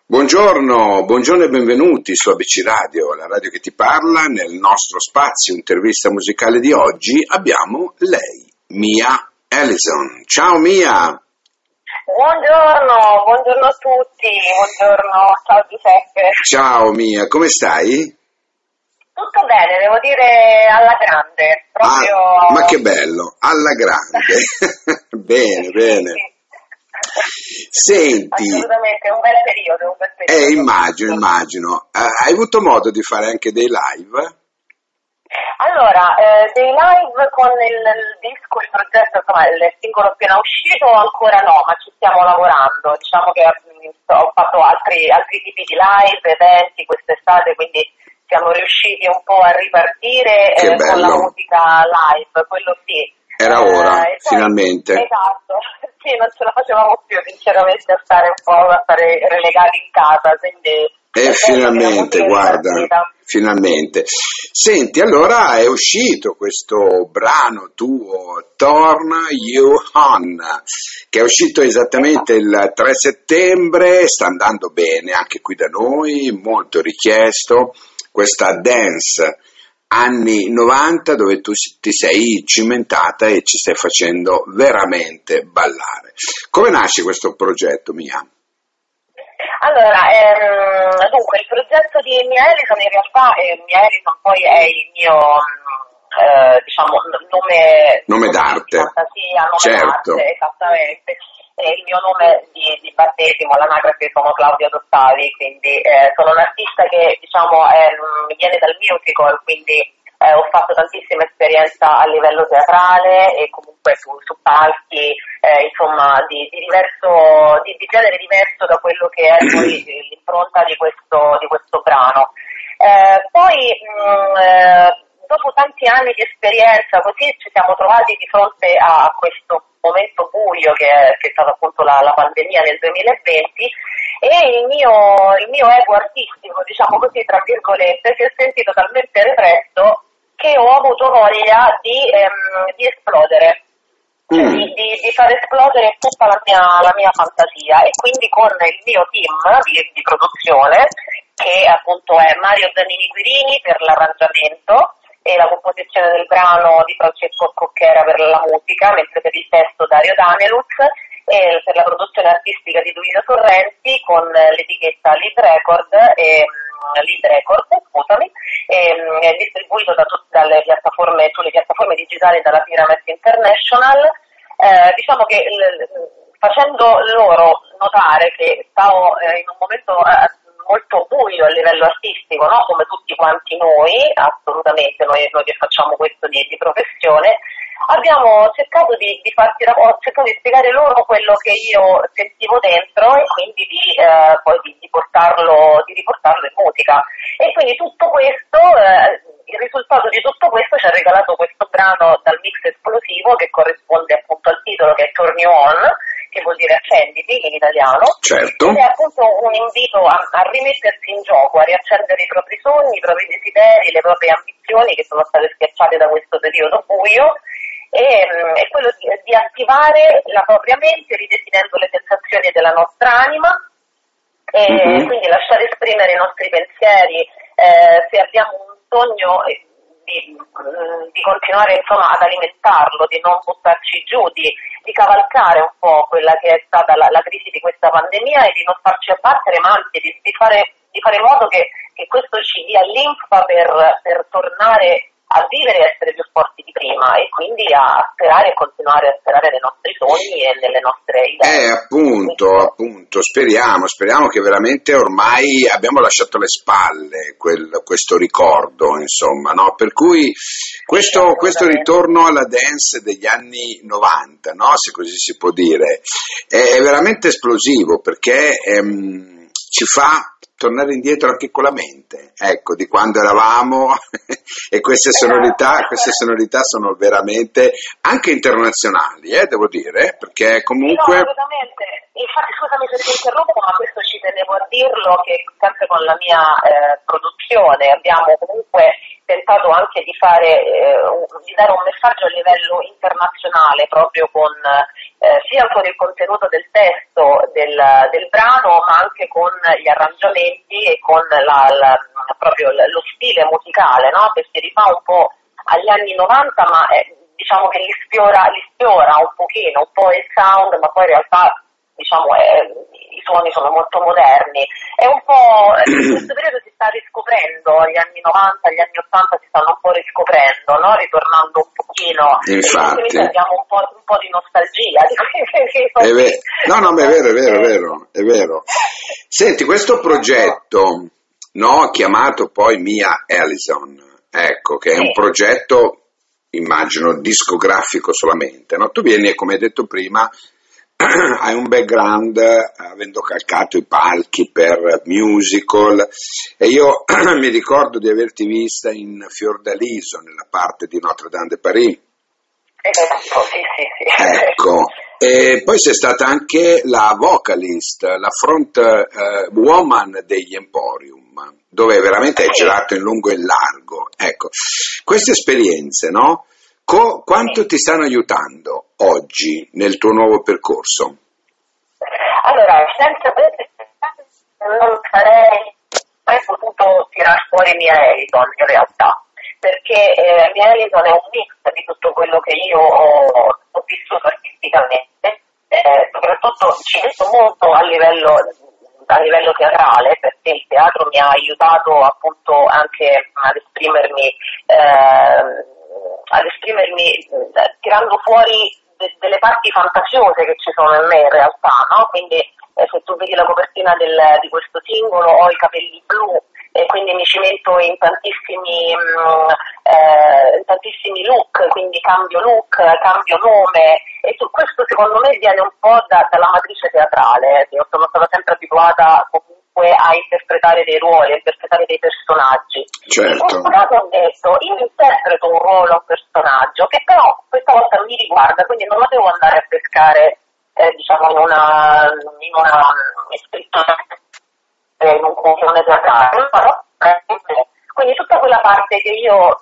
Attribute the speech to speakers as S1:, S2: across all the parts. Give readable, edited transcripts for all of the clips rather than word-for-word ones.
S1: Buongiorno, buongiorno e benvenuti su ABC Radio, la radio che ti parla. Nel nostro spazio intervista musicale di oggi abbiamo lei, Mia Ellison. Ciao Mia!
S2: Buongiorno a tutti, ciao Giuseppe.
S1: Ciao Mia, come stai?
S2: Tutto bene, devo dire alla grande, proprio...
S1: Ma che bello, alla grande. Bene, bene.
S2: Sì.
S1: Senti...
S2: Assolutamente, un bel periodo.
S1: Immagino. Hai avuto modo di fare anche dei live?
S2: Allora, dei live con il disco, il progetto, insomma, il singolo appena uscito ancora no, ma ci stiamo lavorando. Diciamo che ho fatto altri tipi di live, eventi quest'estate, quindi siamo riusciti un po' a ripartire con la musica live, quello sì.
S1: Era ora, finalmente.
S2: Esatto, sì, non ce la facevamo più sinceramente a stare relegati in casa, quindi...
S1: finalmente, guarda, finalmente. Senti, allora è uscito questo brano tuo, Turn You On, che è uscito esattamente il 3 settembre, sta andando bene anche qui da noi, molto richiesto, questa dance anni 90 dove tu ti sei cimentata e ci stai facendo veramente ballare. Come nasce questo progetto, Mia?
S2: Allora, dunque il progetto di Mia Ellison in realtà Mia Ellison poi è il mio
S1: nome d'arte.
S2: Fantasia, nome
S1: certo.
S2: d'arte, esattamente. Il mio nome di battesimo, all'anagrafe sono Claudia Dottavi, quindi sono un artista che diciamo viene dal musical, quindi ho fatto tantissima esperienza a livello teatrale e comunque su palchi, insomma di genere diverso da quello che è poi l'impronta di questo brano. Dopo tanti anni di esperienza così ci siamo trovati di fronte a questo momento buio che è stato appunto la pandemia nel 2020 e il mio ego artistico, diciamo così tra virgolette, si è sentito talmente represso che ho avuto voglia di esplodere, di far esplodere tutta la mia fantasia, e quindi con il mio team di produzione, che appunto è Mario Zanini Quirini per l'arrangiamento e la composizione del brano di Francesco Cocchera per la musica, mentre per il testo Dario Daneluz, e per la produzione artistica di Luisa Sorrenti con l'etichetta Lead Record, è distribuito sulle piattaforme digitali dalla Pyramid International. Diciamo che facendo loro notare che stavo in un momento molto buio a livello artistico, no? Come tutti quanti noi, assolutamente, noi che facciamo questo di professione, abbiamo cercato ho cercato di spiegare loro quello che io sentivo dentro e quindi di riportarlo in musica. E quindi tutto questo, il risultato di tutto questo ci ha regalato questo brano dal mix esplosivo che corrisponde appunto al titolo, che è Turn You On, che vuol dire accenditi in italiano.
S1: Certo.
S2: Ed è appunto un invito a rimettersi in gioco, a riaccendere i propri sogni, i propri desideri, le proprie ambizioni che sono state schiacciate da questo periodo buio, e quello di attivare la propria mente ridefinendo le sensazioni della nostra anima e quindi lasciare esprimere i nostri pensieri. Se abbiamo un sogno, di continuare insomma ad alimentarlo, di non buttarci giù, di cavalcare un po' quella che è stata la crisi di questa pandemia e di non farci abbattere, ma anzi di fare in modo che questo ci dia linfa per tornare a vivere e essere più forti di prima, e quindi a sperare e continuare a sperare nei nostri sogni e nelle nostre idee.
S1: Appunto, speriamo che veramente ormai abbiamo lasciato alle spalle questo ricordo, insomma, no? Per cui questo ritorno alla dance degli anni 90, no? Se così si può dire, è veramente esplosivo, perché ci fa tornare indietro anche con la mente, ecco, di quando eravamo e queste sonorità sono veramente anche internazionali, devo dire, perché comunque...
S2: No, assolutamente. Infatti, scusami se ti interrompo, ma questo ci tenevo a dirlo, che sempre con la mia produzione abbiamo comunque tentato anche di di dare un messaggio a livello internazionale, proprio con sia con il contenuto del testo del brano, ma anche con gli arrangiamenti e con proprio lo stile musicale, no? Che si rifà un po' agli anni 90, ma diciamo che li sfiora un pochino, un po' il sound, ma poi in realtà diciamo i suoni sono molto moderni. È un po' in questo periodo si sta riscoprendo, gli anni 90, gli anni 80 si stanno un po' riscoprendo, no? Ritornando un pochino.
S1: Infatti.
S2: Abbiamo un po' di nostalgia di
S1: no, ma è vero. Senti, questo progetto, no, chiamato poi Mia Allison, ecco, che è un progetto, immagino, discografico solamente, no? Tu vieni, come hai detto prima, hai un background avendo calcato i palchi per musical, e io mi ricordo di averti vista in Fiordaliso, nella parte di Notre Dame de Paris.
S2: Sì.
S1: Ecco, e poi sei stata anche la vocalist, la front woman degli Emporium, dove veramente hai girato in lungo e in largo. Ecco, queste esperienze, no? Quanto ti stanno aiutando oggi nel tuo nuovo percorso?
S2: Allora, senza non sarei mai potuto tirar fuori Mia Allison in realtà, perché Mia Allison è un mix di tutto quello che io ho vissuto artisticamente, soprattutto ci metto molto a livello teatrale, perché il teatro mi ha aiutato appunto anche ad esprimermi tirando fuori delle parti fantasiose che ci sono in me in realtà, no? Quindi se tu vedi la copertina di questo singolo ho i capelli blu e quindi mi cimento in tantissimi look, quindi cambio look, cambio nome, e su questo secondo me viene un po' dalla matrice teatrale. Io sono stata sempre abituata comunque a interpretare dei ruoli, a interpretare dei personaggi.
S1: Certo.
S2: In questo caso ho detto, io interpreto un ruolo, un personaggio, che però questa volta mi riguarda, quindi non lo devo andare a pescare diciamo in una scrittura, in un confronto teatrale, quindi tutta quella parte che io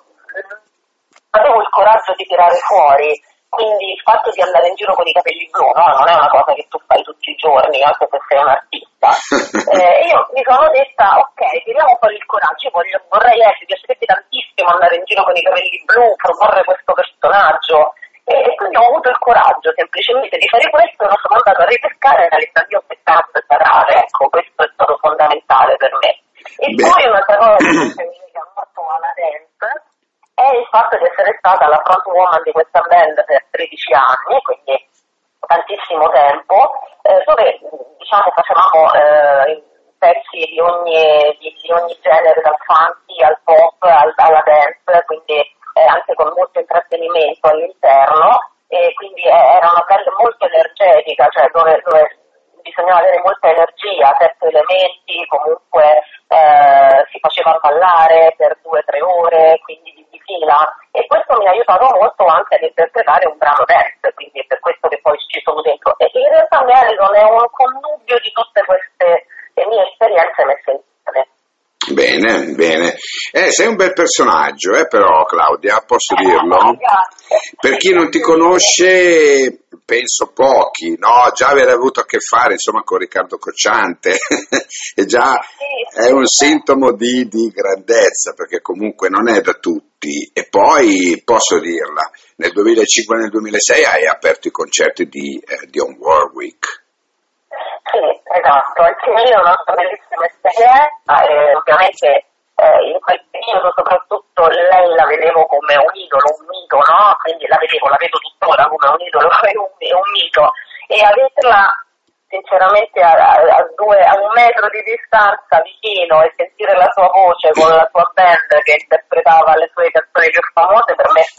S2: avevo il coraggio di tirare fuori, quindi il fatto di andare in giro con i capelli blu, no? Non è una cosa che tu fai tutti i giorni, anche se sei un artista. Io mi sono detta, ok, tiriamo fuori il coraggio, vorrei mi piacerebbe tantissimo andare in giro con i capelli blu, proporre questo personaggio, e quindi ho avuto il coraggio semplicemente di fare questo, e non sono andato a ripescare nelle mie spettacolo teatrale, ecco, questo è stato fondamentale per me. E poi un'altra cosa che mi lega molto alla dance è il fatto di essere stata la front woman di questa band per 13 anni, quindi tantissimo tempo, dove diciamo facevamo pezzi di ogni genere, dal funky al pop alla dance, quindi anche con molto intrattenimento all'interno, e quindi era una band molto energetica, cioè dove bisognava avere molta energia, 7 elementi, comunque si faceva ballare per 2-3 ore, quindi di fila, e questo mi ha aiutato molto anche ad interpretare un brano dance, quindi è per questo che poi ci sono dentro. E in realtà Allison è un connubio di tutte queste mie esperienze messe insieme.
S1: Bene. Sei un bel personaggio, però, Claudia, posso dirlo?
S2: Grazie.
S1: Per chi non ti conosce, penso pochi, no? Già aver avuto a che fare, insomma, con Riccardo Cocciante è già è un sintomo di grandezza, perché comunque non è da tutti. E poi, posso dirla, nel 2005 e nel 2006 hai aperto i concerti di Dionne Warwick.
S2: Sì, esatto, anche io ho una bellissima esperienza, e ovviamente in quel periodo soprattutto lei la vedevo come un idolo, un mito, no? Quindi la vedo tuttora come un idolo e un mito, e averla sinceramente a 1 metro di distanza vicino e sentire la sua voce con la sua band che interpretava le sue canzoni più famose, per me è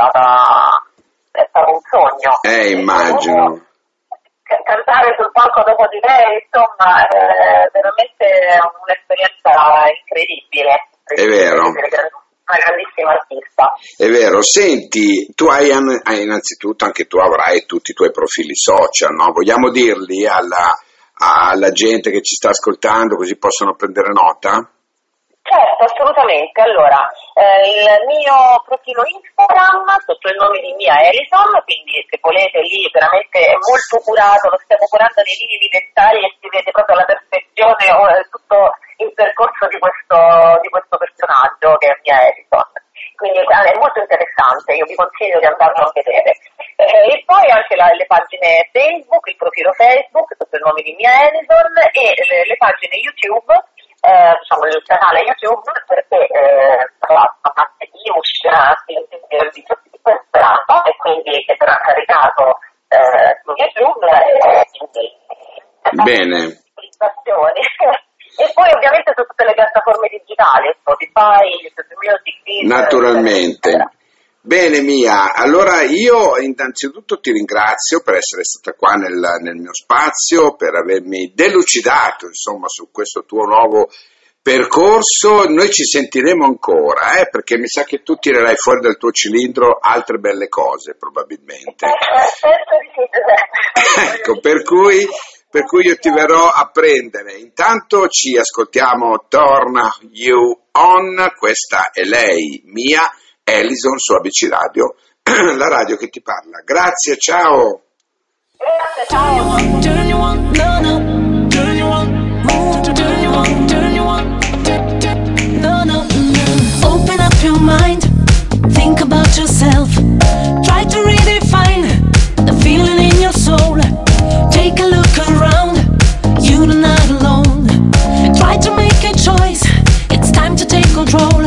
S2: stato un sogno.
S1: Immagino.
S2: Cantare sul palco dopo di lei, insomma, è veramente un'esperienza incredibile.
S1: È vero.
S2: Una grandissima artista.
S1: È vero. Senti, tu hai innanzitutto, anche tu avrai tutti i tuoi profili social, no? Vogliamo dirli alla gente che ci sta ascoltando, così possono prendere nota?
S2: Certo, assolutamente. Allora, il mio profilo Instagram sotto il nome di Mia Ellison, quindi se volete lì veramente è molto curato, lo stiamo curando nei minimi dettagli e si vede proprio la perfezione tutto il percorso di questo personaggio che è Mia Ellison. Quindi è molto interessante, io vi consiglio di andarlo a vedere. E poi anche le pagine Facebook, il profilo Facebook sotto il nome di Mia Ellison e le pagine YouTube. Diciamo il canale YouTube, perché a parte di uscirà il video di quest'anno e quindi verrà caricato su YouTube
S1: Bene.
S2: E poi ovviamente su tutte le piattaforme digitali, Spotify, YouTube Music,
S1: naturalmente. Bene Mia, allora io innanzitutto ti ringrazio per essere stata qua nel mio spazio, per avermi delucidato insomma su questo tuo nuovo percorso. Noi ci sentiremo ancora, perché mi sa che tu tirerai fuori dal tuo cilindro altre belle cose probabilmente. Ecco, per cui io ti verrò a prendere. Intanto ci ascoltiamo Turn You On, questa è lei, Mia Ellison su ABC Radio, la radio che ti parla. Grazie, ciao.
S2: Grazie, ciao.
S3: Open up your mind, think about yourself, try to redefine the feeling in your soul. Take a look around, you're not alone. Try to make a choice, it's time to take control.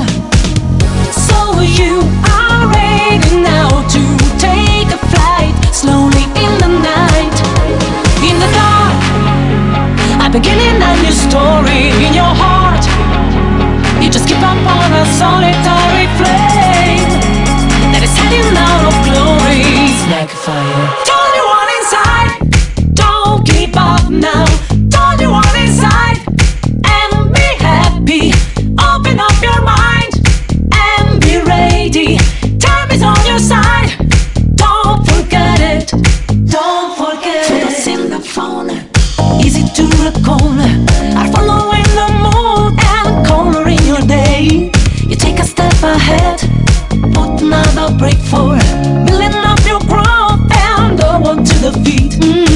S3: So you are ready now to take a flight, slowly in the night, in the dark, a beginning a new story in your heart. You just keep up on a solitary flame that is heading out of glory. It's like a fire. Turn you on inside, don't give up now. Turn you on inside and be happy. Open up your mind and be ready. Time is on your side, don't forget it. Don't forget it. Focus in the phone, easy to recall. I follow in the mood and color in your day. You take a step ahead, put another break for building up your growth and go on to the feet.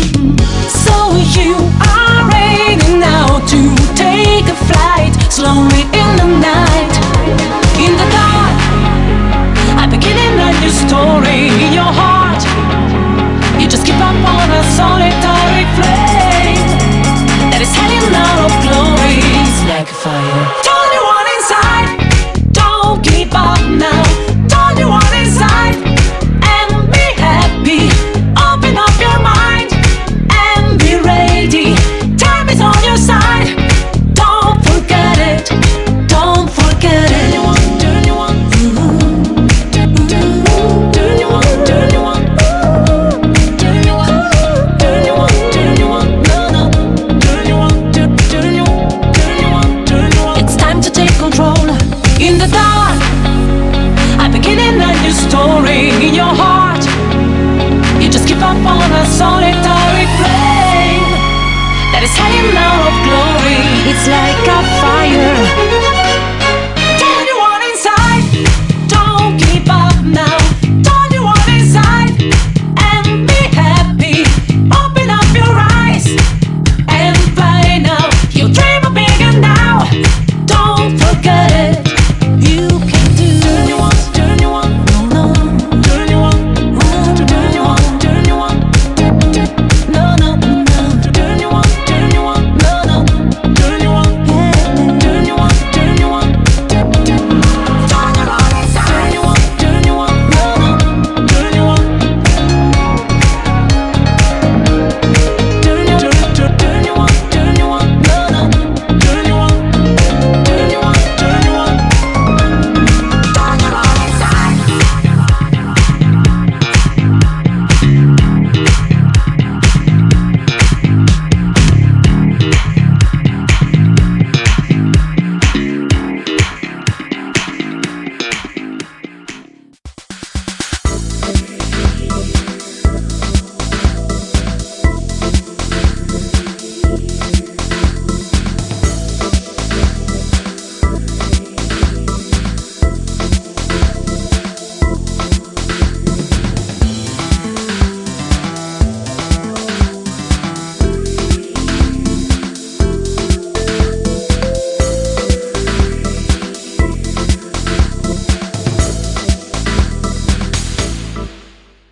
S3: So you are ready now to take a flight, slowly in the night, in the dark, a beginning a new story in your heart. You just keep up on a solitary flame that is heading out of glory. It's like a fire. Turn you on inside, don't give up now. Turn you on inside and be happy. Open up your mind and be ready. Time is on your side, don't forget it. Don't forget it. Turn you on, turn you on, turn you on, turn you on, turn you on, turn you on, turn you on, no, no, turn you on, turn you on, turn you on, turn you on. It's time to take control in the dark, a beginning a new story in your heart. You just keep up on a solitary flame that is heading out